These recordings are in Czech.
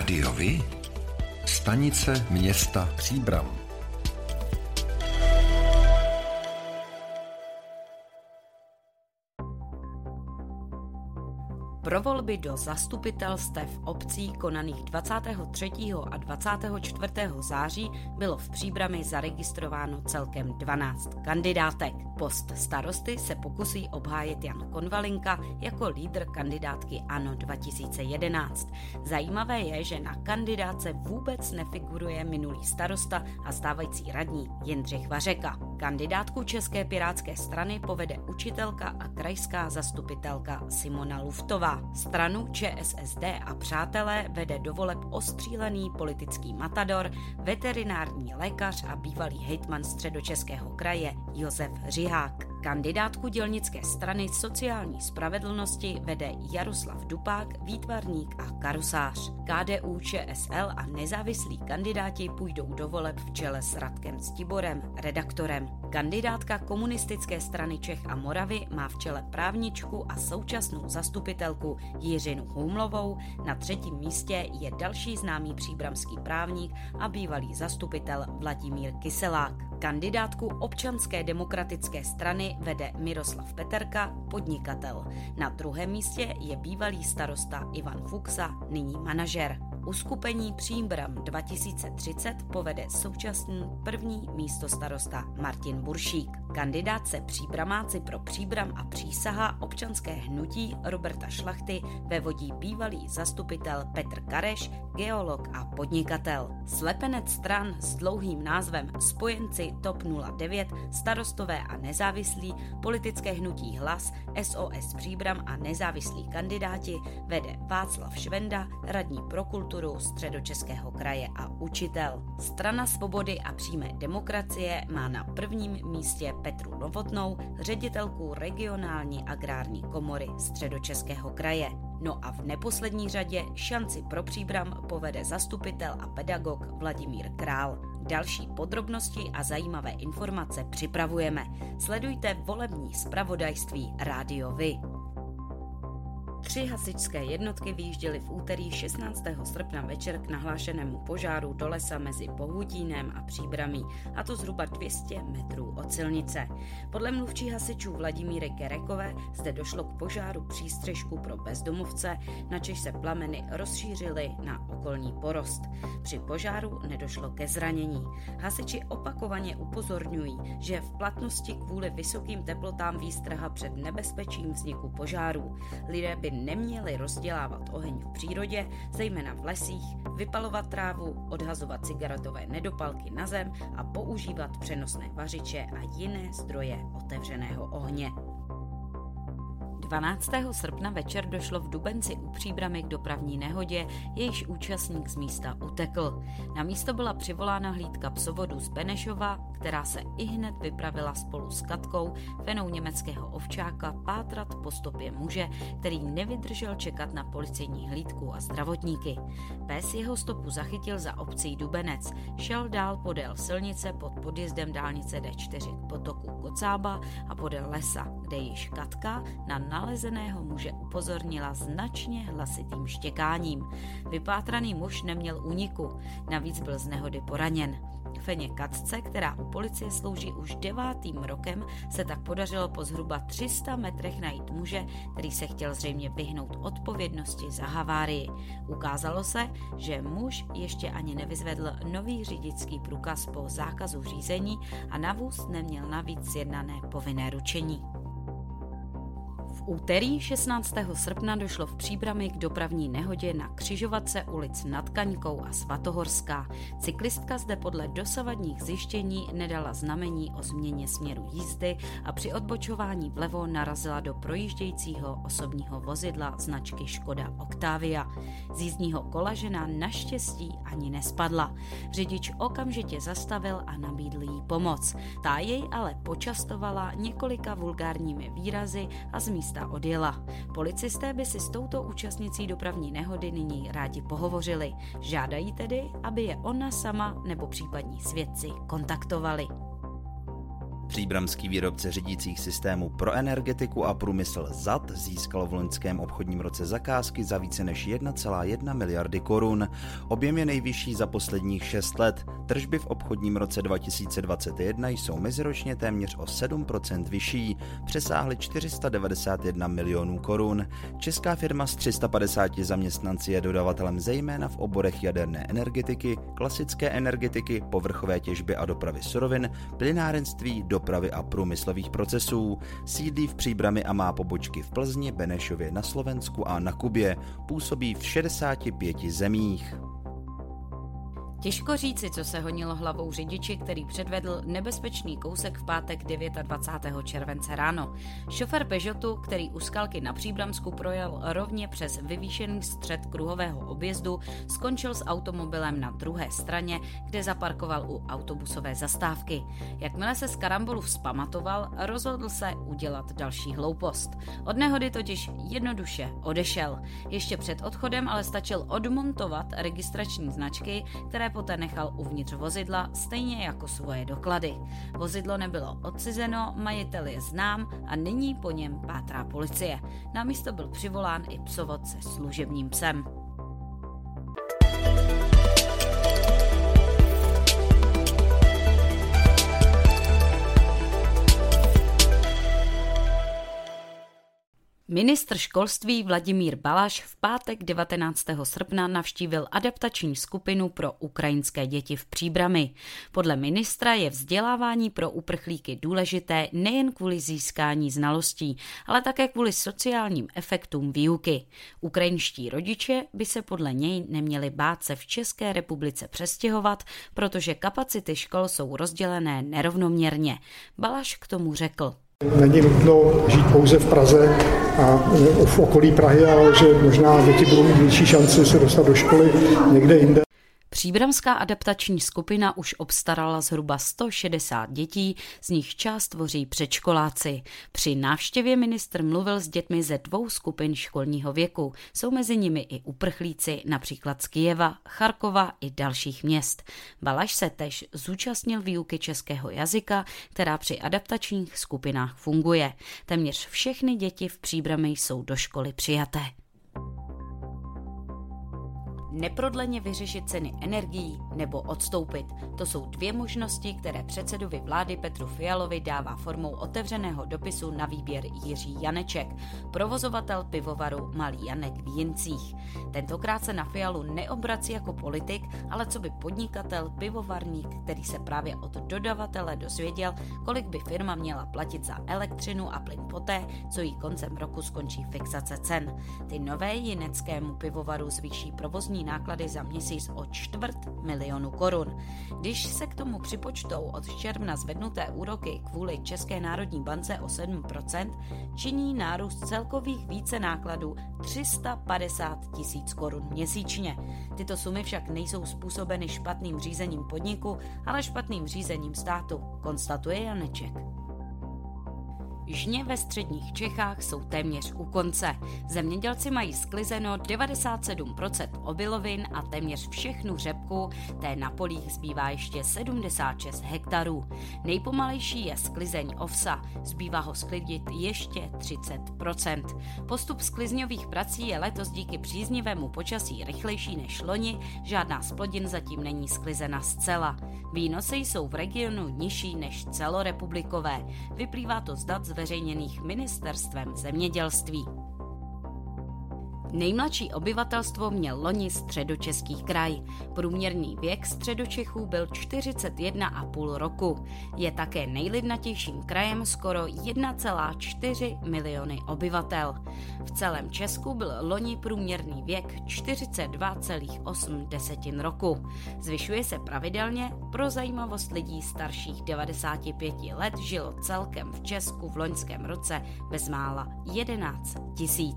Rádiovi? Stanice města Příbram. Pro volby do zastupitelstev obcí konaných 23. a 24. září bylo v Příbrami zaregistrováno celkem 12 kandidátek. Post starosty se pokusí obhájit Jan Konvalinka jako lídr kandidátky ANO 2011. Zajímavé je, že na kandidátce vůbec nefiguruje minulý starosta a stávající radní Jindřich Vařeka. Kandidátku České pirátské strany povede učitelka a krajská zastupitelka Simona Luftová. Stranu ČSSD a přátelé vede do voleb ostřílený politický matador, veterinární lékař a bývalý hejtman Středočeského kraje Josef Řihák. Kandidátku dělnické strany sociální spravedlnosti vede Jaroslav Dupák, výtvarník a karosář. KDU, ČSL a nezávislí kandidáti půjdou do voleb v čele s Radkem Stiborem, redaktorem. Kandidátka Komunistické strany Čech a Moravy má v čele právničku a současnou zastupitelku Jiřinu Humlovou. Na třetím místě je další známý příbramský právník a bývalý zastupitel Vladimír Kyselák. Kandidátku Občanské demokratické strany vede Miroslav Peterka, podnikatel. Na druhém místě je bývalý starosta Ivan Fuksa, nyní manažer. Uskupení Příbram 2030 povede současný první místostarosta Martin Buršík. Kandidátce Příbramáci pro Příbram a přísaha občanské hnutí Roberta Šlachty vevodí bývalý zastupitel Petr Kareš, geolog a podnikatel. Slepenec stran s dlouhým názvem Spojenci TOP 09, Starostové a nezávislí, politické hnutí Hlas, SOS Příbram a nezávislí kandidáti vede Václav Švenda, radní pro kulturu Středočeského kraje a učitel. Strana svobody a přímé demokracie má na prvním místě Petru Novotnou, ředitelku regionální agrární komory Středočeského kraje. No a v neposlední řadě šanci pro Příbram povede zastupitel a pedagog Vladimír Král. Další podrobnosti a zajímavé informace připravujeme. Sledujte volební zpravodajství Rádio Vy. 3 hasičské jednotky vyjížděly v úterý 16. srpna večer k nahlášenému požáru do lesa mezi Pohutínem a Příbramí, a to zhruba 200 metrů od silnice. Podle mluvčí hasičů Vladimíry Kerekové zde došlo k požáru přístřešku pro bezdomovce, načež se plameny rozšířily na okolní porost. Při požáru nedošlo ke zranění. Hasiči opakovaně upozorňují, že v platnosti kvůli vysokým teplotám výstraha před nebezpečím vzniku požárů. Lidé by neměli rozdělávat oheň v přírodě, zejména v lesích, vypalovat trávu, odhazovat cigaretové nedopalky na zem a používat přenosné vařiče a jiné zdroje otevřeného ohně. 12. srpna večer došlo v Dubenci u Příbramy k dopravní nehodě, jejíž účastník z místa utekl. Na místo byla přivolána hlídka psovodu z Benešova, která se ihned vypravila spolu s Katkou, fenou německého ovčáka, pátrat po stopě muže, který nevydržel čekat na policejní hlídku a zdravotníky. Pes jeho stopu zachytil za obcí Dubenec, šel dál podél silnice pod podjezdem dálnice D4 k potoku Kocába a podél lesa, kde již Katka na nalezeného muže upozornila značně hlasitým štěkáním. Vypátraný muž neměl úniku, navíc byl z nehody poraněn. Feně Katce, která u policie slouží už 9. rokem, se tak podařilo po zhruba 300 metrech najít muže, který se chtěl zřejmě vyhnout odpovědnosti za havárii. Ukázalo se, že muž ještě ani nevyzvedl nový řidičský průkaz po zákazu řízení a na vůz neměl navíc sjednané povinné ručení. V úterý 16. srpna došlo v Příbrami k dopravní nehodě na křižovatce ulic Nad Kaňkou a Svatohorská. Cyklistka zde podle dosavadních zjištění nedala znamení o změně směru jízdy a při odbočování vlevo narazila do projíždějícího osobního vozidla značky Škoda Octavia. Z jízdního kola žena naštěstí ani nespadla. Řidič okamžitě zastavil a nabídl jí pomoc. Ta jej ale počastovala několika vulgárními výrazy a z místa odjela. Policisté by si s touto účastnicí dopravní nehody nyní rádi pohovořili. Žádají tedy, aby je ona sama nebo případní svědci kontaktovali. Příbramský výrobce řídících systémů pro energetiku a průmysl ZAT získal v loňském obchodním roce zakázky za více než 1,1 miliardy korun. Objem je nejvyšší za posledních 6 let. Tržby v obchodním roce 2021 jsou meziročně téměř o 7% vyšší, přesáhly 491 milionů korun. Česká firma s 350 zaměstnanci je dodavatelem zejména v oborech jaderné energetiky, klasické energetiky, povrchové těžby a dopravy surovin, plynárenství, dopravy a průmyslových procesů. Sídlí v Příbrami a má pobočky v Plzni, Benešově na Slovensku a na Kubě. Působí v 65 zemích. Těžko říci, co se honilo hlavou řidiči, který předvedl nebezpečný kousek v pátek 29. července ráno. Šofér Peugeotu, který u Skalky na Příbramsku projel rovně přes vyvýšený střed kruhového objezdu, skončil s automobilem na druhé straně, kde zaparkoval u autobusové zastávky. Jakmile se z karambolu vzpamatoval, rozhodl se udělat další hloupost. Od nehody totiž jednoduše odešel. Ještě před odchodem ale stačil odmontovat registrační značky, které poté nechal uvnitř vozidla, stejně jako svoje doklady. Vozidlo nebylo odcizeno, majitel je znám a nyní po něm pátrá policie. Na místo byl přivolán i psovod se služebním psem. Ministr školství Vladimír Balaš v pátek 19. srpna navštívil adaptační skupinu pro ukrajinské děti v Příbrami. Podle ministra je vzdělávání pro uprchlíky důležité nejen kvůli získání znalostí, ale také kvůli sociálním efektům výuky. Ukrajinští rodiče by se podle něj neměli bát se v České republice přestěhovat, protože kapacity škol jsou rozdělené nerovnoměrně. Balaš k tomu řekl: Není nutno žít pouze v Praze a v okolí Prahy, ale že možná děti budou mít větší šanci se dostat do školy někde jinde. Příbramská adaptační skupina už obstarala zhruba 160 dětí, z nich část tvoří předškoláci. Při návštěvě ministr mluvil s dětmi ze 2 skupin školního věku. Jsou mezi nimi i uprchlíci, například z Kyjeva, Charkova i dalších měst. Balaš se též zúčastnil výuky českého jazyka, která při adaptačních skupinách funguje. Téměř všechny děti v Příbrami jsou do školy přijaté. Neprodleně vyřešit ceny energií nebo odstoupit. To jsou 2 možnosti, které předsedovi vlády Petru Fialovi dává formou otevřeného dopisu na výběr Jiří Janeček, provozovatel pivovaru Malý Janek v Jincích. Tentokrát se na Fialu neobrací jako politik, ale coby podnikatel, pivovarník, který se právě od dodavatele dozvěděl, kolik by firma měla platit za elektřinu a plyn poté, co jí koncem roku skončí fixace cen. Ty nové jineckému pivovaru zvýší provozní náklady za měsíc o 250 000 korun. Když se k tomu připočtou od června zvednuté úroky kvůli České národní bance o 7%, činí nárůst celkových více nákladů 350 000 korun měsíčně. Tyto sumy však nejsou způsobeny špatným řízením podniku, ale špatným řízením státu, konstatuje Janeček. Žně ve středních Čechách jsou téměř u konce. Zemědělci mají sklizeno 97% obilovin a téměř všechnu řepku, té na polích zbývá ještě 76 hektarů. Nejpomalejší je sklizeň ovsa, zbývá ho sklidit ještě 30%. Postup sklizňových prací je letos díky příznivému počasí rychlejší než loni, žádná z plodin zatím není sklizena zcela. Výnosy jsou v regionu nižší než celorepublikové. Vyplývá to z dat zveřejněných ministerstvem zemědělství. Nejmladší obyvatelstvo měl loni Středočeský kraj. Průměrný věk Středočechů byl 41,5 roku. Je také nejlidnatějším krajem skoro 1,4 miliony obyvatel. V celém Česku byl loni průměrný věk 42,8 roku. Zvyšuje se pravidelně, pro zajímavost lidí starších 95 let žilo celkem v Česku v loňském roce bezmála 11 000.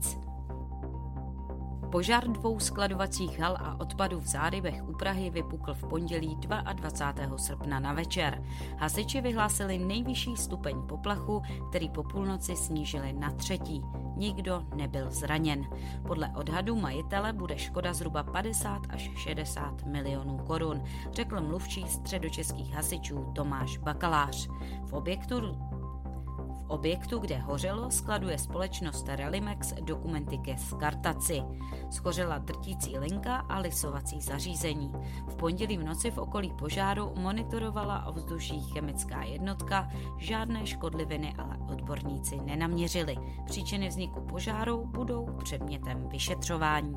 Požár 2 skladovacích hal a odpadů v Zárybech u Prahy vypukl v pondělí 22. srpna na večer. Hasiči vyhlásili nejvyšší stupeň poplachu, který po půlnoci snížili na 3. nikdo nebyl zraněn. Podle odhadu majitele bude škoda zhruba 50 až 60 milionů korun, řekl mluvčí středočeských hasičů Tomáš Bakalář. V objektu, kde hořelo, skladuje společnost Relimex dokumenty ke skartaci. Schořela drtící linka a lisovací zařízení. V pondělí v noci v okolí požáru monitorovala ovzduší chemická jednotka, žádné škodliviny ale odborníci nenaměřili. Příčiny vzniku požáru budou předmětem vyšetřování.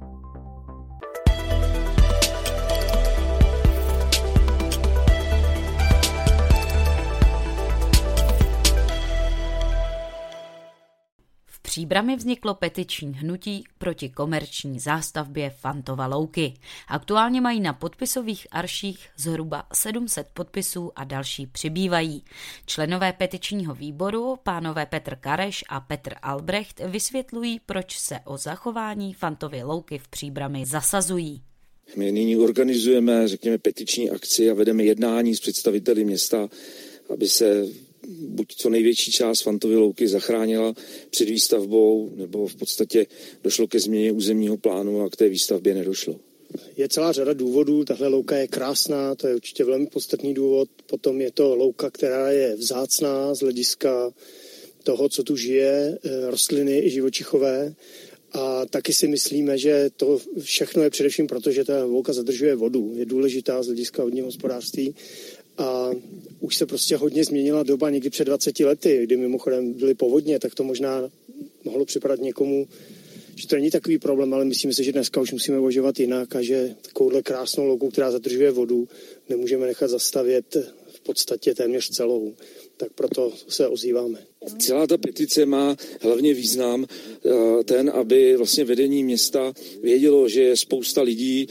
V Příbrami vzniklo petiční hnutí proti komerční zástavbě Fantova louky. Aktuálně mají na podpisových arších zhruba 700 podpisů a další přibývají. Členové petičního výboru, pánové Petr Kareš a Petr Albrecht, vysvětlují, proč se o zachování Fantovy louky v Příbrami zasazují. My nyní organizujeme, petiční akci a vedeme jednání s představiteli města, aby se buď co největší část Fantovy louky zachránila před výstavbou, nebo v podstatě došlo ke změně územního plánu a k té výstavbě nedošlo. Je celá řada důvodů, tahle louka je krásná, to je určitě velmi podstatný důvod, potom je to louka, která je vzácná z hlediska toho, co tu žije, rostliny i živočichové. A taky si myslíme, že to všechno je především proto, že ta louka zadržuje vodu. Je důležitá z hlediska vodního hospodářství. A už se prostě hodně změnila doba někdy před 20 lety, kdy mimochodem byly povodně, tak to možná mohlo připadat někomu, že to není takový problém, ale myslím si, že dneska už musíme uvažovat jinak a že takovouhle krásnou louku, která zadržuje vodu, nemůžeme nechat zastavět v podstatě téměř celou. Tak proto se ozýváme. Celá ta petice má hlavně význam ten, aby vlastně vedení města vědělo, že je spousta lidí,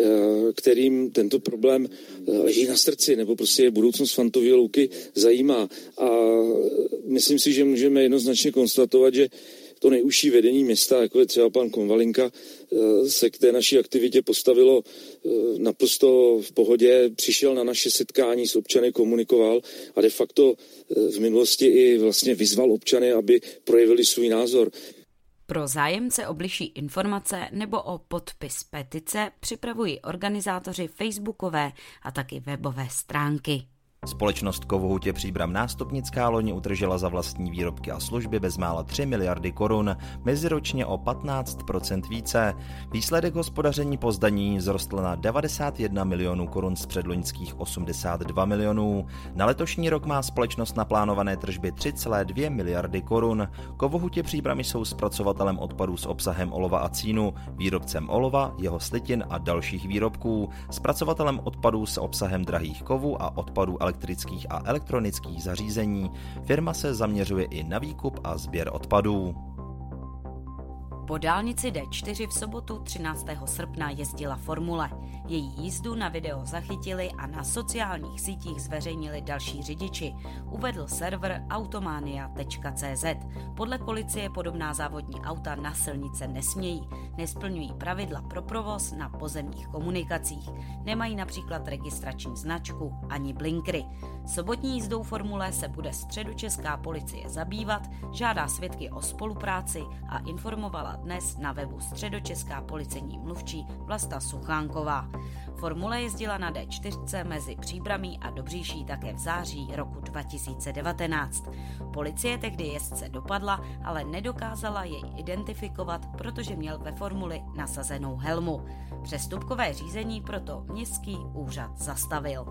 kterým tento problém leží na srdci, nebo prostě budoucnost Fantovy louky zajímá. A myslím si, že můžeme jednoznačně konstatovat, že to nejužší vedení města, jako je třeba pan Konvalinka, se k té naší aktivitě postavilo naprosto v pohodě, přišel na naše setkání s občany, komunikoval a de facto v minulosti i vlastně vyzval občany, aby projevili svůj názor. Pro zájemce o bližší informace nebo o podpis petice připravují organizátoři facebookové a taky webové stránky. Společnost Kovohutě Příbram Nástupnická loni utržela za vlastní výrobky a služby bezmála 3 miliardy korun, meziročně o 15% více. Výsledek hospodaření po zdanění vzrostl na 91 milionů korun z předloňských 82 milionů. Na letošní rok má společnost naplánované tržby 3,2 miliardy korun. Kovohutě Příbramy jsou zpracovatelem odpadů s obsahem olova a cínu, výrobcem olova, jeho slitin a dalších výrobků, zpracovatelem odpadů s obsahem drahých kovů a odpadů elektrických a elektronických zařízení. Firma se zaměřuje i na výkup a sběr odpadů. Po dálnici D4 v sobotu 13. srpna jezdila formule. Její jízdu na video zachytili a na sociálních sítích zveřejnili další řidiči, uvedl server automania.cz. Podle policie podobná závodní auta na silnice nesmějí, nesplňují pravidla pro provoz na pozemních komunikacích, nemají například registrační značku ani blinkry. Sobotní jízdou formule se bude středočeská policie zabývat, žádá svědky o spolupráci a informovala dnes na webu středočeská policejní mluvčí Vlasta Suchánková. Formule jezdila na D4 mezi Příbramí a Dobříší také v září roku 2019. Policie tehdy jezdce dopadla, ale nedokázala jej identifikovat, protože měl ve formuli nasazenou helmu. Přestupkové řízení proto městský úřad zastavil.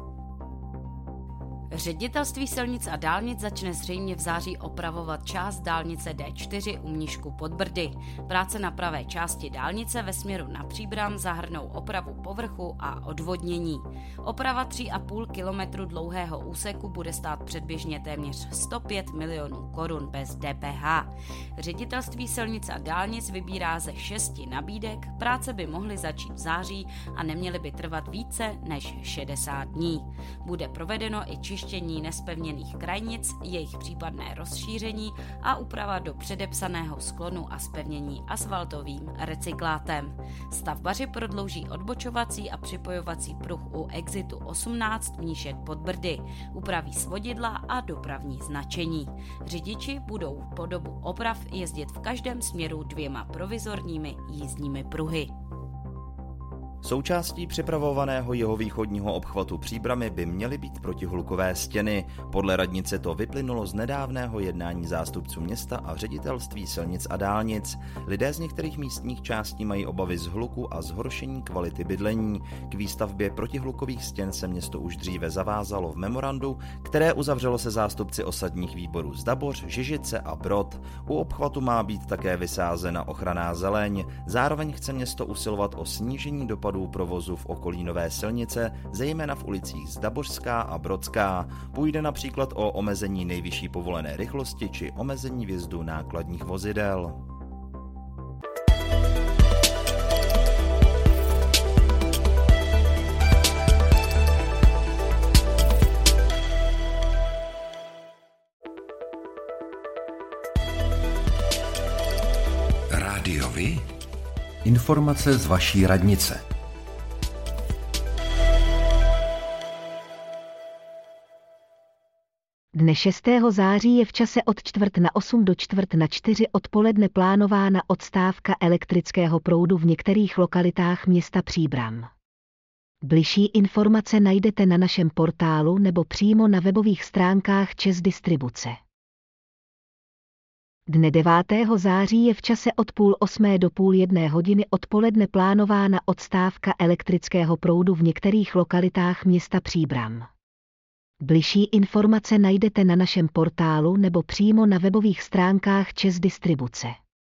Ředitelství silnic a dálnic začne zřejmě v září opravovat část dálnice D4 u Mnišku pod Brdy. Práce na pravé části dálnice ve směru na Příbram zahrnou opravu povrchu a odvodnění. Oprava 3,5 kilometru dlouhého úseku bude stát předběžně téměř 105 milionů korun bez DPH. Ředitelství silnic a dálnic vybírá ze 6 nabídek, práce by mohly začít v září a neměly by trvat více než 60 dní. Bude provedeno i čištění zajištění nespevněných krajnic, jejich případné rozšíření a úprava do předepsaného sklonu a zpevnění asfaltovým recyklátem. Stavbaři prodlouží odbočovací a připojovací pruh u exitu 18 Mníšek pod Brdy, upraví svodidla a dopravní značení. Řidiči budou po dobu oprav jezdit v každém směru 2 provizorními jízdními pruhy. Součástí připravovaného jihovýchodního obchvatu Příbrami by měly být protihlukové stěny. Podle radnice to vyplynulo z nedávného jednání zástupců města a ředitelství silnic a dálnic. Lidé z některých místních částí mají obavy z hluku a zhoršení kvality bydlení. K výstavbě protihlukových stěn se město už dříve zavázalo v memorandu, které uzavřelo se zástupci osadních výborů Zdaboř, Žižice a Brod. U obchvatu má být také vysázena ochranná zeleň. Zároveň chce město usilovat o snížení dopadu provozu v okolí nové silnice, zejména v ulicích Zdabořská a Brodská. Půjde například o omezení nejvyšší povolené rychlosti či omezení vjezdu nákladních vozidel. Rádiovi? Informace z vaší radnice. Dne 6. září je v čase od 3:45 do 3:45 odpoledne plánována odstávka elektrického proudu v některých lokalitách města Příbram. Bližší informace najdete na našem portálu nebo přímo na webových stránkách ČEZ Distribuce. Dne 9. září je v čase od 7:30 do 12:30 odpoledne plánována odstávka elektrického proudu v některých lokalitách města Příbram. Bližší informace najdete na našem portálu nebo přímo na webových stránkách ČEZ Distribuce.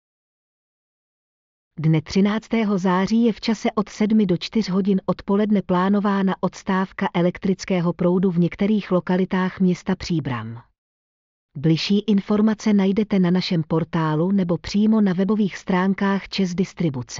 Dne 13. září je v čase od 7 do 4 hodin odpoledne plánována odstávka elektrického proudu v některých lokalitách města Příbram. Bližší informace najdete na našem portálu nebo přímo na webových stránkách ČEZ Distribuce.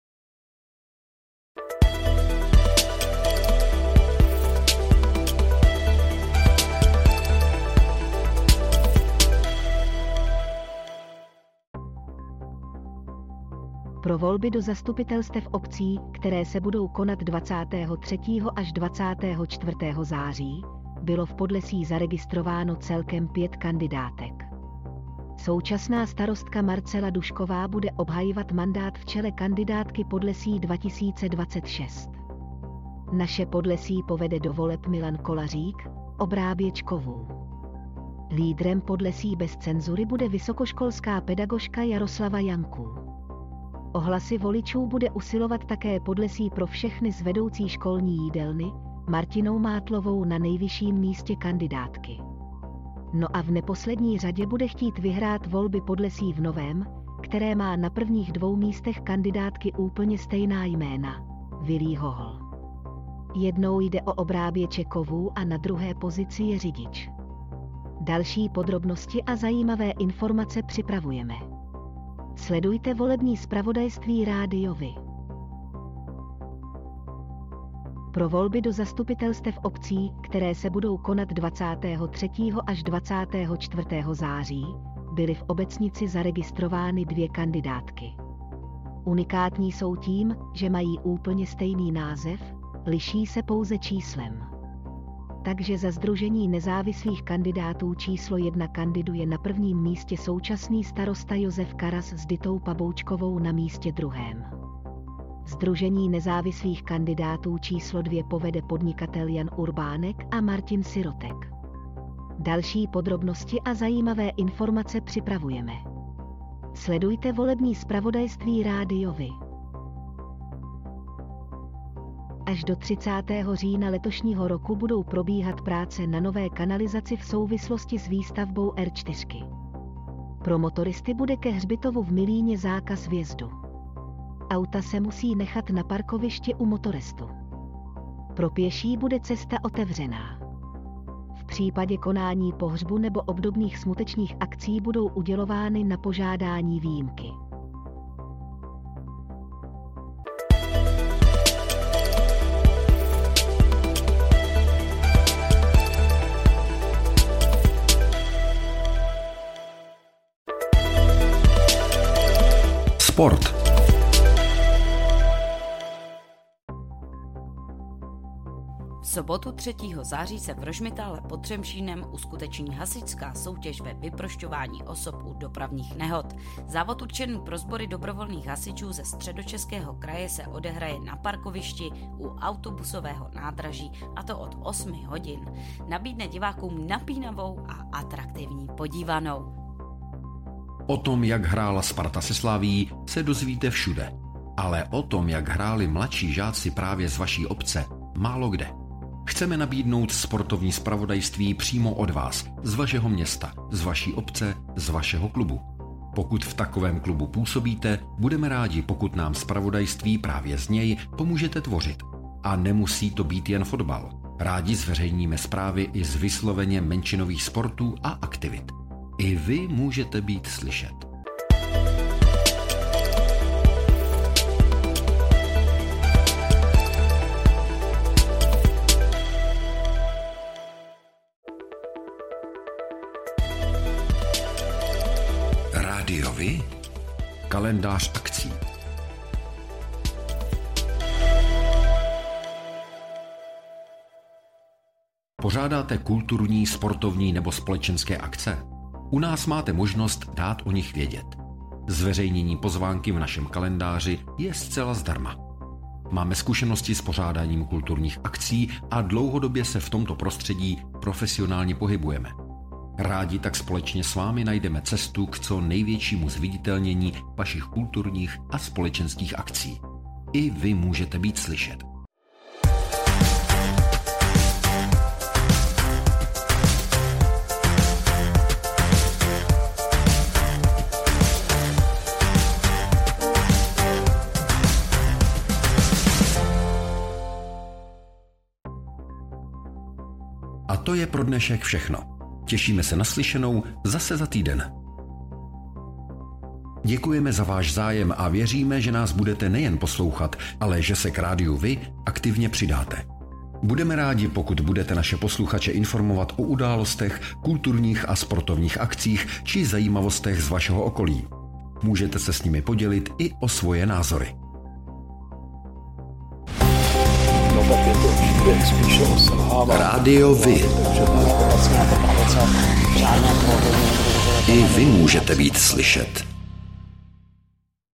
Pro volby do zastupitelstev obcí, které se budou konat 23. až 24. září, bylo v Podlesí zaregistrováno celkem 5 kandidátek. Současná starostka Marcela Dušková bude obhajovat mandát v čele kandidátky Podlesí 2026. Naše Podlesí povede do voleb Milan Kolařík, obráběč kovů. Lídrem Podlesí bez cenzury bude vysokoškolská pedagožka Jaroslava Janků. O hlasy voličů bude usilovat také Podlesí pro všechny z vedoucí školní jídelny, Martinou Mátlovou na nejvyšším místě kandidátky. No a v neposlední řadě bude chtít vyhrát volby Podlesí v Novém, které má na prvních 2 místech kandidátky úplně stejná jména, Vilí Hohol. Jednou jde o obráběče kovů a na druhé pozici je řidič. Další podrobnosti a zajímavé informace připravujeme. Sledujte volební zpravodajství Rádiovi. Pro volby do zastupitelstev obcí, které se budou konat 23. až 24. září, byly v obecnici zaregistrovány 2 kandidátky. Unikátní jsou tím, že mají úplně stejný název, liší se pouze číslem. Takže za Sdružení nezávislých kandidátů číslo 1 kandiduje na prvním místě současný starosta Josef Karas s Ditou Paboučkovou na místě 2. Sdružení nezávislých kandidátů číslo 2 povede podnikatel Jan Urbánek a Martin Sirotek. Další podrobnosti a zajímavé informace připravujeme. Sledujte volební zpravodajství Rádiovi. Až do 30. října letošního roku budou probíhat práce na nové kanalizaci v souvislosti s výstavbou R4. Pro motoristy bude ke hřbitovu v Milíně zákaz vjezdu. Auta se musí nechat na parkovišti u motorestu. Pro pěší bude cesta otevřená. V případě konání pohřbu nebo obdobných smutečných akcí budou udělovány na požádání výjimky. Sport. V sobotu 3. září se v Rožmitále pod Třemšínem uskuteční hasičská soutěž ve vyprošťování osob u dopravních nehod. Závod určený pro sbory dobrovolných hasičů ze Středočeského kraje se odehraje na parkovišti u autobusového nádraží, a to od 8 hodin. Nabídne divákům napínavou a atraktivní podívanou. O tom, jak hrála Sparta se Slavií, se dozvíte všude. Ale o tom, jak hráli mladší žáci právě z vaší obce, málo kde. Chceme nabídnout sportovní zpravodajství přímo od vás, z vašeho města, z vaší obce, z vašeho klubu. Pokud v takovém klubu působíte, budeme rádi, pokud nám zpravodajství právě z něj pomůžete tvořit. A nemusí to být jen fotbal. Rádi zveřejníme zprávy i z vysloveně menšinových sportů a aktivit. I vy můžete být slyšet. Rádio Vy? Kalendář akcí. Pořádáte kulturní, sportovní nebo společenské akce? U nás máte možnost dát o nich vědět. Zveřejnění pozvánky v našem kalendáři je zcela zdarma. Máme zkušenosti s pořádáním kulturních akcí a dlouhodobě se v tomto prostředí profesionálně pohybujeme. Rádi tak společně s vámi najdeme cestu k co největšímu zviditelnění vašich kulturních a společenských akcí. I vy můžete být slyšet. A to je pro dnešek všechno. Těšíme se na slyšenou zase za týden. Děkujeme za váš zájem a věříme, že nás budete nejen poslouchat, ale že se k rádiu Vy aktivně přidáte. Budeme rádi, pokud budete naše posluchače informovat o událostech, kulturních a sportovních akcích či zajímavostech z vašeho okolí. Můžete se s nimi podělit i o svoje názory. Rádio Vy. I vy můžete být slyšet.